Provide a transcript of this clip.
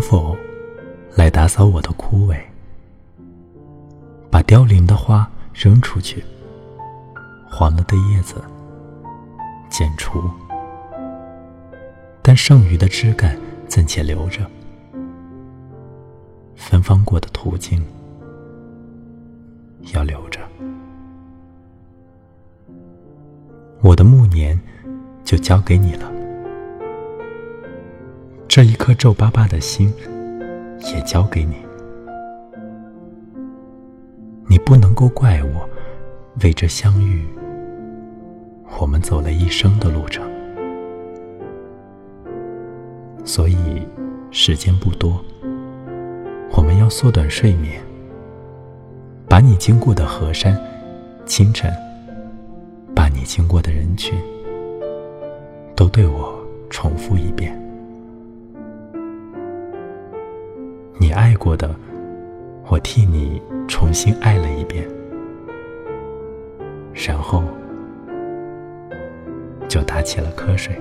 否来打扫我的枯萎，把凋零的花扔出去，黄了的叶子剪除，但剩余的枝干暂且留着，芬芳过的途径要留着。我的暮年就交给你了，这一颗皱巴巴的心也交给你。你不能够怪我，为这相遇，我们走了一生的路程。所以时间不多，我们要缩短睡眠，把你经过的河山、清晨，把你经过的人群，都对我重复一遍。你爱过的，我替你重新爱了一遍，然后就打起了瞌睡。